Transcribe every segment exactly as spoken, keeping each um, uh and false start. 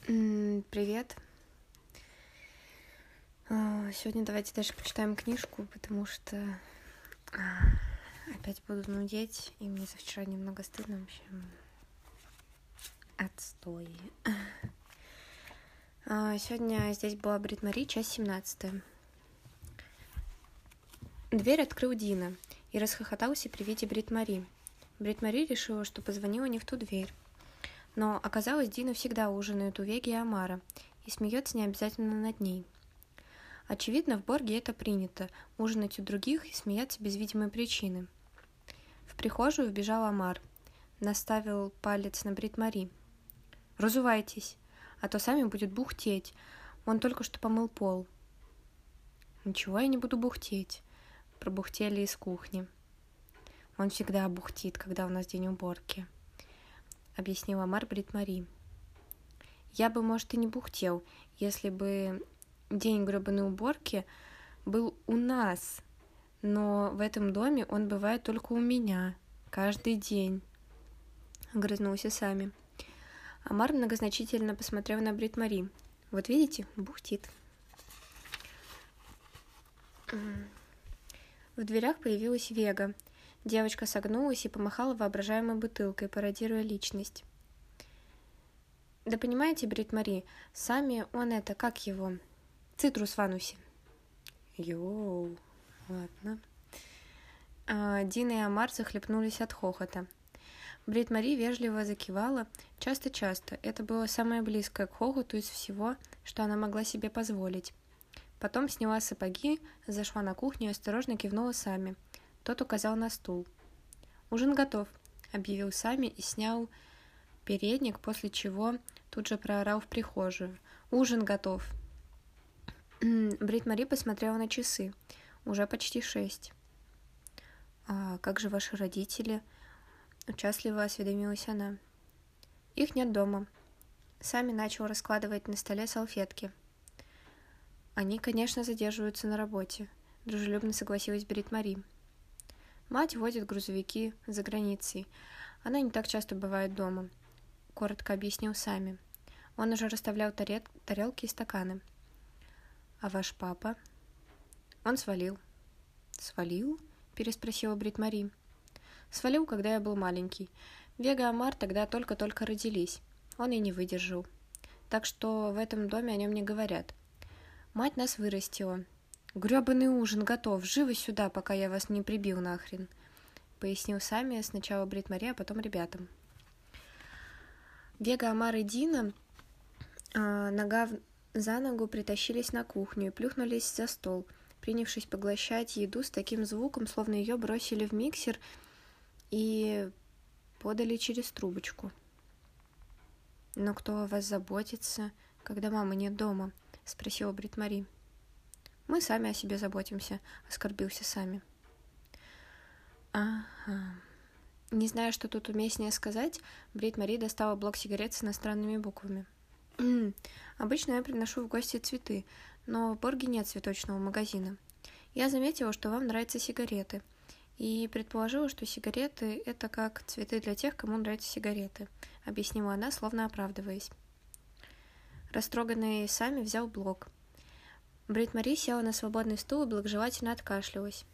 М, Привет. А, Сегодня давайте даже почитаем книжку, потому что а, опять буду нудеть, и мне за вчера немного стыдно. В общем, отстой. А, Сегодня здесь была Брит Мари, часть семнадцатая. Дверь открыл Дина и расхохотался при виде Брит Мари. Брит Мари решила, что позвонила не в ту дверь. Но оказалось, Дина всегда ужинает у Веги и Амара и смеется не обязательно над ней. Очевидно, в Борге это принято – ужинать у других и смеяться без видимой причины. В прихожую вбежал Амар, наставил палец на Брит Мари. «Разувайтесь, а то сами будет бухтеть. Он только что помыл пол». «Ничего я не буду бухтеть», – пробухтели из кухни. «Он всегда бухтит, когда у нас день уборки», – объяснил Амар Брит Мари. «Я бы, может, и не бухтел, если бы день гребаной уборки был у нас, но в этом доме он бывает только у меня, каждый день», — огрызнулся Сами. Амар многозначительно посмотрел на Брит Мари. «Вот видите, бухтит». В дверях появилась Вега. Девочка согнулась и помахала воображаемой бутылкой, пародируя личность. «Да понимаете, Брит Мари, Сами он это, как его, цитрус в анусе». «Йоу, ладно». А, Дина и Амар захлепнулись от хохота. Брит Мари вежливо закивала, часто-часто. Это было самое близкое к хохоту из всего, что она могла себе позволить. Потом сняла сапоги, зашла на кухню и осторожно кивнула Сами. Тот указал на стул. «Ужин готов», — объявил Сами и снял передник, после чего тут же проорал в прихожую. «Ужин готов». Брит Мари посмотрела на часы. Уже почти шесть. «А как же ваши родители?» — участливо осведомилась она. «Их нет дома». Сами начал раскладывать на столе салфетки. «Они, конечно, задерживаются на работе», — дружелюбно согласилась Брит Мари. «Мать водит грузовики за границей. Она не так часто бывает дома», — коротко объяснил Сами. Он уже расставлял тарел- тарелки и стаканы. «А ваш папа?» «Он свалил». «Свалил?» — переспросила Брит Мари. «Свалил, когда я был маленький. Вега и Амар тогда только-только родились. Он и не выдержал. Так что в этом доме о нем не говорят. Мать нас вырастила. Грёбаный ужин готов. Живо сюда, пока я вас не прибил нахрен», — пояснил Сами сначала Брит Мари, а потом ребятам. Вега, Амар и Дина э, нога за ногу притащились на кухню и плюхнулись за стол, принявшись поглощать еду с таким звуком, словно ее бросили в миксер и подали через трубочку. «Но кто о вас заботится, когда мамы нет дома?» — спросила Брит Мари. «Мы сами о себе заботимся», — оскорбился Сами. «Ага». Не зная, что тут уместнее сказать, Брит Мари достала блок сигарет с иностранными буквами. «Обычно я приношу в гости цветы, но в Борге нет цветочного магазина. Я заметила, что вам нравятся сигареты, и предположила, что сигареты — это как цветы для тех, кому нравятся сигареты», — объяснила она, словно оправдываясь. Растроганный Сами взял блок. Брит Мари села на свободный стул и благожелательно откашлялась.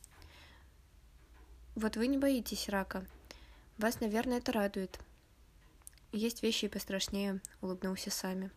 «Вот вы не боитесь рака. Вас, наверное, это радует». «Есть вещи и пострашнее», — улыбнулся Сами.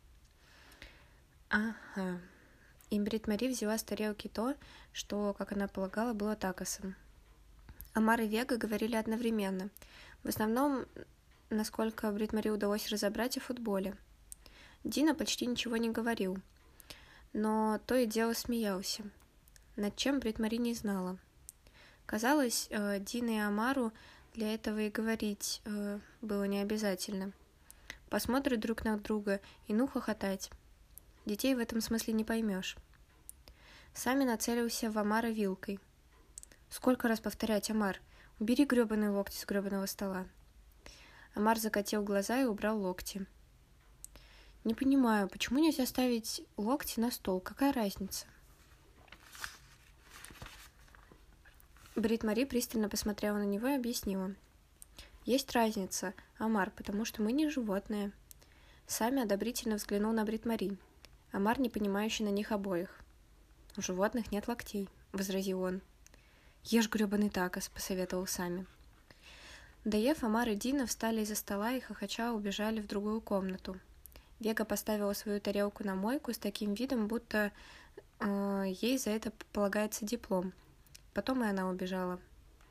«Ага». И Брит Мари взяла с тарелки то, что, как она полагала, было такосом. Амар и Вега говорили одновременно. В основном, насколько Брит Мари удалось разобрать, о футболе. Дина почти ничего не говорил, но то и дело смеялся, над чем Брит Мари не знала. Казалось, Дине и Амару для этого и говорить э, было не обязательно. Посмотрят друг на друга и ну хохотать. Детей в этом смысле не поймешь. Сами нацелился в Амара вилкой. «Сколько раз повторять, Амар? Убери гребаные локти с гребаного стола». Амар закатил глаза и убрал локти. «Не понимаю, почему нельзя ставить локти на стол? Какая разница?» Брит Мари пристально посмотрела на него и объяснила. «Есть разница, Амар, потому что мы не животные». Сами одобрительно взглянул на Брит Мари. Омар, непонимающий на них обоих. «У животных нет локтей», — возразил он. «Ешь грёбаный такос», — посоветовал Сами. Доев, Омар и Дина встали из-за стола и хохоча убежали в другую комнату. Вега поставила свою тарелку на мойку с таким видом, будто э, ей за это полагается диплом. Потом и она убежала.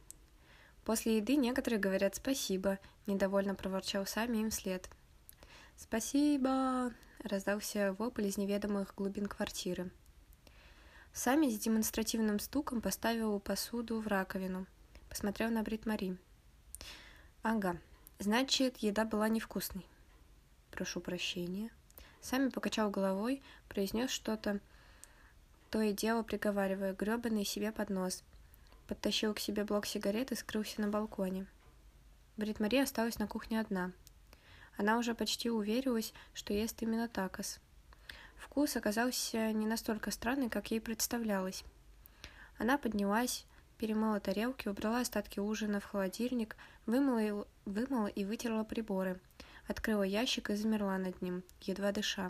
После еды некоторые говорят «спасибо», — недовольно проворчал Сами им вслед. «Спасибо!» — раздался вопль из неведомых глубин квартиры. Сами с демонстративным стуком поставил посуду в раковину. Посмотрел на Брит Мари. «Ага, значит, еда была невкусной». «Прошу прощения». Сами покачал головой, произнес что-то, то и дело приговаривая, грёбаный себе под нос. Подтащил к себе блок сигарет и скрылся на балконе. Брит Мари осталась на кухне одна. Она уже почти уверилась, что ест именно такос. Вкус оказался не настолько странный, как ей представлялось. Она поднялась, перемыла тарелки, убрала остатки ужина в холодильник, вымыла, вымыла и вытерла приборы, открыла ящик и замерла над ним, едва дыша.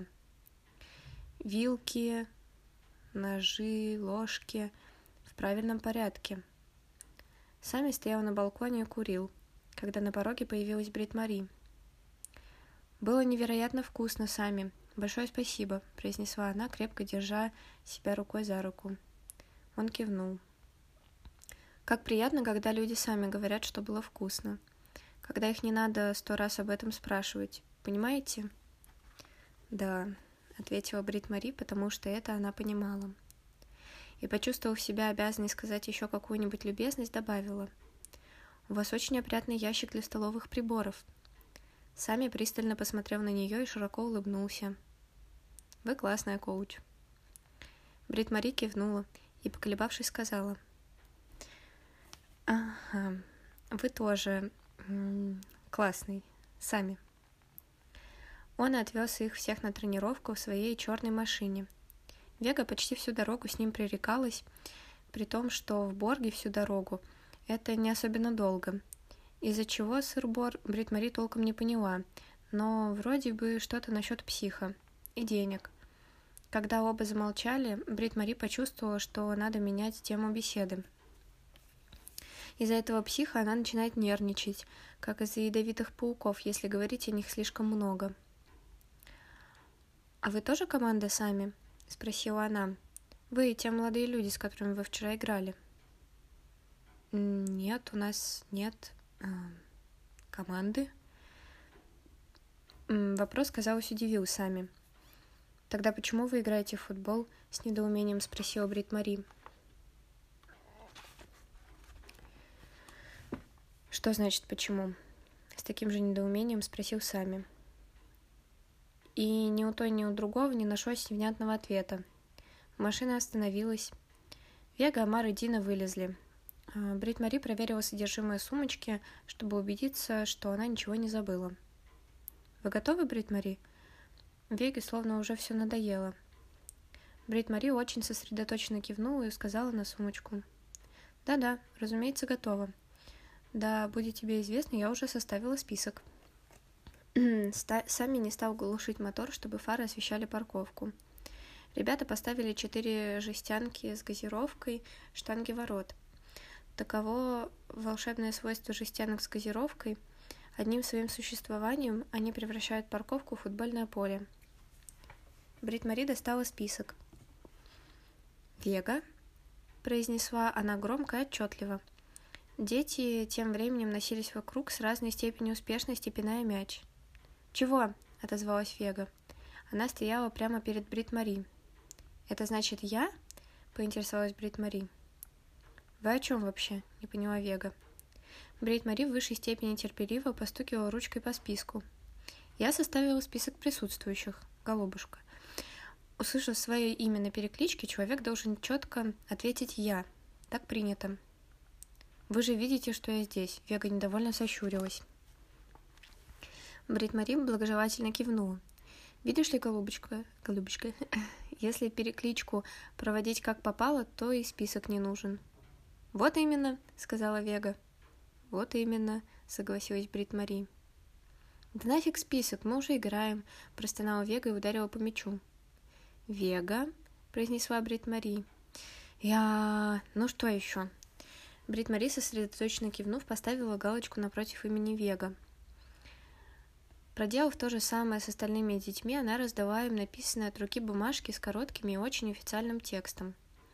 Вилки, ножи, ложки в правильном порядке. Сами стоял на балконе и курил, когда на пороге появилась Брит Мари. «Было невероятно вкусно, Сами. Большое спасибо», — произнесла она, крепко держа себя рукой за руку. Он кивнул. «Как приятно, когда люди сами говорят, что было вкусно. Когда их не надо сто раз об этом спрашивать. Понимаете?» «Да», — ответила Брит Мари, потому что это она понимала. И, почувствовав себя обязанной сказать еще какую-нибудь любезность, добавила. «У вас очень опрятный ящик для столовых приборов». Сами пристально посмотрел на нее и широко улыбнулся. «Вы классная, коуч». Брит Мари кивнула и, поколебавшись, сказала. «Ага, вы тоже м- классный, Сами». Он отвез их всех на тренировку в своей черной машине. Вега почти всю дорогу с ним пререкалась, при том, что в Борге всю дорогу это не особенно долго, из-за чего сыр-бор Брит Мари толком не поняла, но вроде бы что-то насчет психа и денег. Когда оба замолчали, Брит Мари почувствовала, что надо менять тему беседы. Из-за этого психа она начинает нервничать, как из-за ядовитых пауков, если говорить о них слишком много. «А вы тоже команда, Сами?» — спросила она. «Вы и те молодые люди, с которыми вы вчера играли». «Нет, у нас нет э, команды». Вопрос, казалось, удивил Сами. «Тогда почему вы играете в футбол?» — с недоумением спросила Брит Мари. «Что значит «почему»?» — с таким же недоумением спросил Сами. И ни у той, ни у другого не нашлось внятного ответа. Машина остановилась. Вега, Омар и Дина вылезли. Брит Мари проверила содержимое сумочки, чтобы убедиться, что она ничего не забыла. «Вы готовы, Брит Мари?» Веге словно уже все надоело. Брит Мари очень сосредоточенно кивнула и сказала на сумочку. «Да-да, разумеется, готова. Да, будет тебе известно, я уже составила список». Сами не стал глушить мотор, чтобы фары освещали парковку. Ребята поставили четыре жестянки с газировкой, штанги ворот. Таково волшебное свойство жестянок с газировкой. Одним своим существованием они превращают парковку в футбольное поле. Брит Мари достала список. «Вега», — произнесла она громко и отчетливо. Дети тем временем носились вокруг с разной степенью успешности, пиная мяч. «Чего?» — отозвалась Вега. Она стояла прямо перед Брит Мари. «Это значит я?» — поинтересовалась Брит Мари. «Вы о чем вообще?» — не поняла Вега. Брит Мари в высшей степени терпеливо постукивала ручкой по списку. «Я составила список присутствующих, голубушка. Услышав свое имя на перекличке, человек должен четко ответить «я». Так принято». «Вы же видите, что я здесь», — Вега недовольно сощурилась. Брит Мари благожелательно кивнула. «Видишь ли, голубочка, голубочка, если перекличку проводить как попало, то и список не нужен». «Вот именно», — сказала Вега. «Вот именно», — согласилась Брит Мари. «Да нафиг список, мы уже играем», – простонала Вега и ударила по мячу. «Вега», – произнесла Брит-Мари. «Я... ну что еще?» Брит-Мари, сосредоточенно кивнув, поставила галочку напротив имени Вега. Проделав то же самое с остальными детьми, она раздала им написанные от руки бумажки с коротким и очень официальным текстом.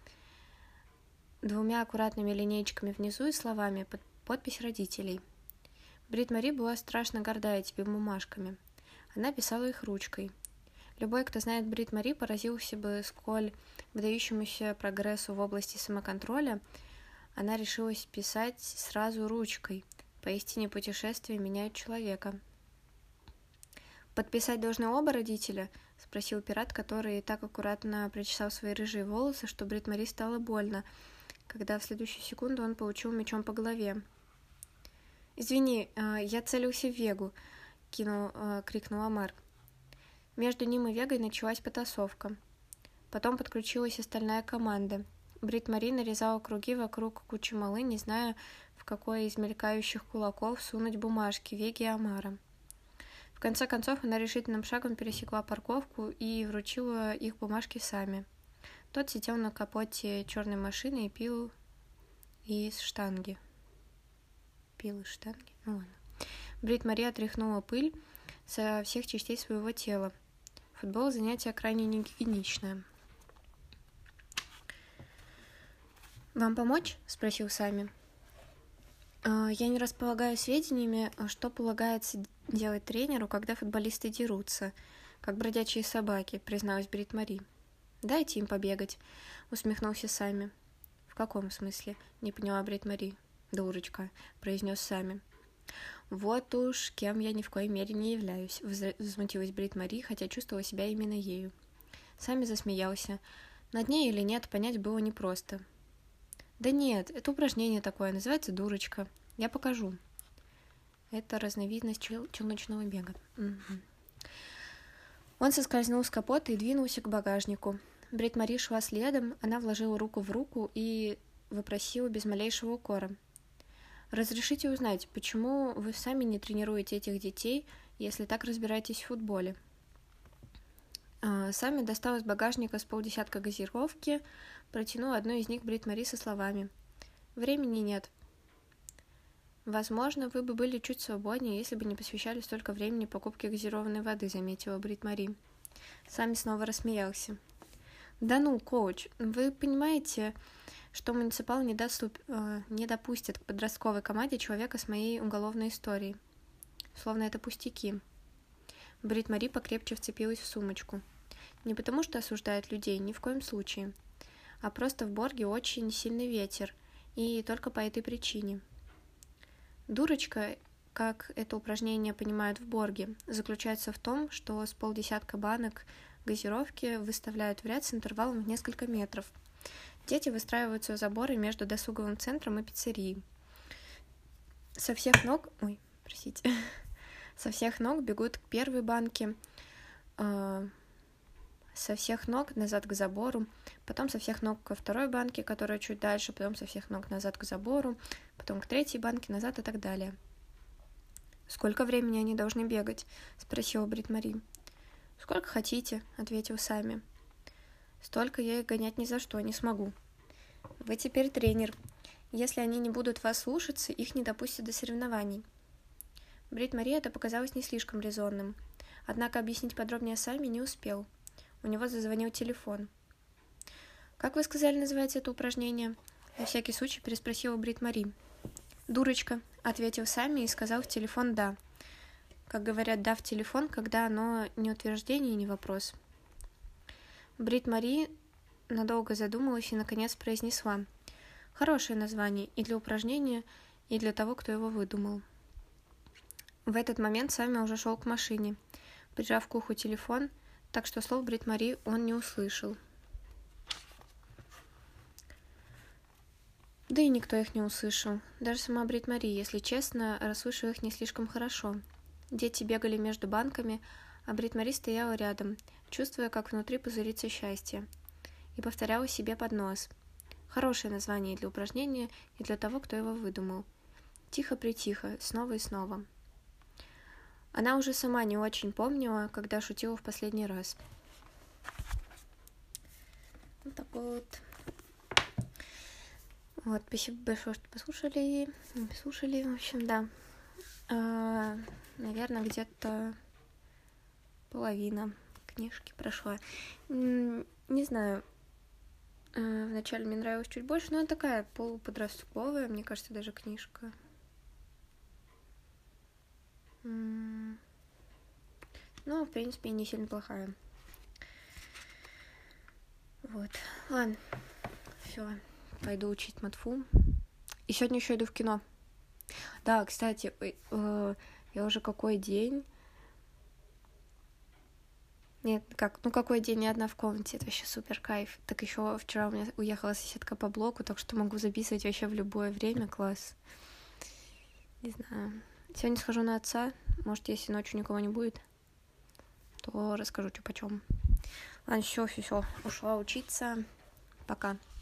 Двумя аккуратными линейками внизу и словами под подпись родителей. Брит-Мари была страшно горда этими бумажками. Она писала их ручкой. Любой, кто знает Брит-Мари, поразился бы, сколь выдающемуся прогрессу в области самоконтроля она решилась писать сразу ручкой. Поистине путешествия меняют человека. «Подписать должны оба родителя?» — спросил пират, который так аккуратно причесал свои рыжие волосы, что Брит-Мари стало больно, когда в следующую секунду он получил мечом по голове. «Извини, я целился в Вегу!» — кинул, крикнул Омар. Между ним и Вегой началась потасовка. Потом подключилась остальная команда. Брит-Мари нарезала круги вокруг кучи малы, не зная, в какой из мелькающих кулаков сунуть бумажки Веги и Омара. В конце концов, она решительным шагом пересекла парковку и вручила их бумажки сами. Тот сидел на капоте черной машины и пил из штанги. Пил из штанги? Ну ладно. Брит-Мари отряхнула пыль со всех частей своего тела. Футбол – занятие крайне негигиеничное. «Вам помочь?» – спросил Сами. «Я не располагаю сведениями, что полагается делать тренеру, когда футболисты дерутся, как бродячие собаки», – призналась Брит-Мари. «Дайте им побегать», – усмехнулся Сами. «В каком смысле?» – не поняла Брит-Мари. «Дурочка», – произнес Сами. «Вот уж кем я ни в коей мере не являюсь», — возмутилась Брит-Мари, хотя чувствовала себя именно ею. Сами засмеялся. Над ней или нет, понять было непросто. «Да нет, это упражнение такое, называется дурочка. Я покажу». Это разновидность чел- челночного бега. Угу. Он соскользнул с капота и двинулся к багажнику. Брит-Мари шла следом, она вложила руку в руку и вопросила без малейшего укора. «Разрешите узнать, почему вы сами не тренируете этих детей, если так разбираетесь в футболе?» а, Сами достал из багажника с полдесятка газировки, протянул одну из них Брит-Мари со словами: «Времени нет». «Возможно, вы бы были чуть свободнее, если бы не посвящали столько времени покупке газированной воды», — заметила Брит-Мари. Сами снова рассмеялся. «Да ну, коуч, вы понимаете, что муниципал не, доступ, э, не допустит к подростковой команде человека с моей уголовной историей. Словно это пустяки». Брит-Мари покрепче вцепилась в сумочку. Не потому, что осуждает людей, ни в коем случае, а просто в Борге очень сильный ветер, и только по этой причине. Дурочка, как это упражнение понимают в Борге, заключается в том, что с полдесятка банок газировки выставляют в ряд с интервалом в несколько метров. Дети выстраиваются у забора между досуговым центром и пиццерией. Со всех ног... Ой, простите. Со всех ног бегут к первой банке, э, со всех ног назад к забору, потом со всех ног ко второй банке, которая чуть дальше, потом со всех ног назад к забору, потом к третьей банке назад и так далее. «Сколько времени они должны бегать?» — спросила Брит-Мари. «Сколько хотите», — ответил Сами. «Столько я их гонять ни за что не смогу. Вы теперь тренер. Если они не будут вас слушаться, их не допустят до соревнований». Брит-Мари это показалось не слишком резонным. Однако объяснить подробнее Сами не успел. У него зазвонил телефон. «Как вы сказали, называется это упражнение?» На всякий случай переспросила Брит-Мари. «Дурочка», — ответил Сами и сказал в телефон «да». Как говорят «да» в телефон, когда оно не утверждение и не вопрос. Брит-Мари надолго задумалась и, наконец, произнесла: «Хорошее название и для упражнения, и для того, кто его выдумал». В этот момент Сами уже шел к машине, прижав к уху телефон, так что слов Брит-Мари он не услышал. Да и никто их не услышал. Даже сама Брит-Мари, если честно, расслышала их не слишком хорошо. Дети бегали между банками, а Брит-Мари стояла рядом, чувствуя, как внутри пузырится счастье, и повторяла себе под нос: «Хорошее название для упражнения и для того, кто его выдумал». Тихо-притихо, снова и снова. Она уже сама не очень помнила, когда шутила в последний раз. Вот так вот. Вот, спасибо большое, что послушали. Послушали, в общем, да. А, наверное, где-то половина книжки прошла. Не знаю, вначале мне нравилась чуть больше, но она такая полуподростковая, мне кажется, даже книжка. Ну, в принципе, не сильно плохая. Вот. Ладно. Все. Пойду учить матфу. И сегодня еще иду в кино. Да, кстати, э, я уже какой день... Нет, как, ну какой день я одна в комнате, это вообще супер кайф. Так еще вчера у меня уехала соседка по блоку, так что могу записывать вообще в любое время, класс. Не знаю. Сегодня схожу на отца, может, если ночью никого не будет, то расскажу, что почем. Ладно, все, все, все, ушла учиться. Пока.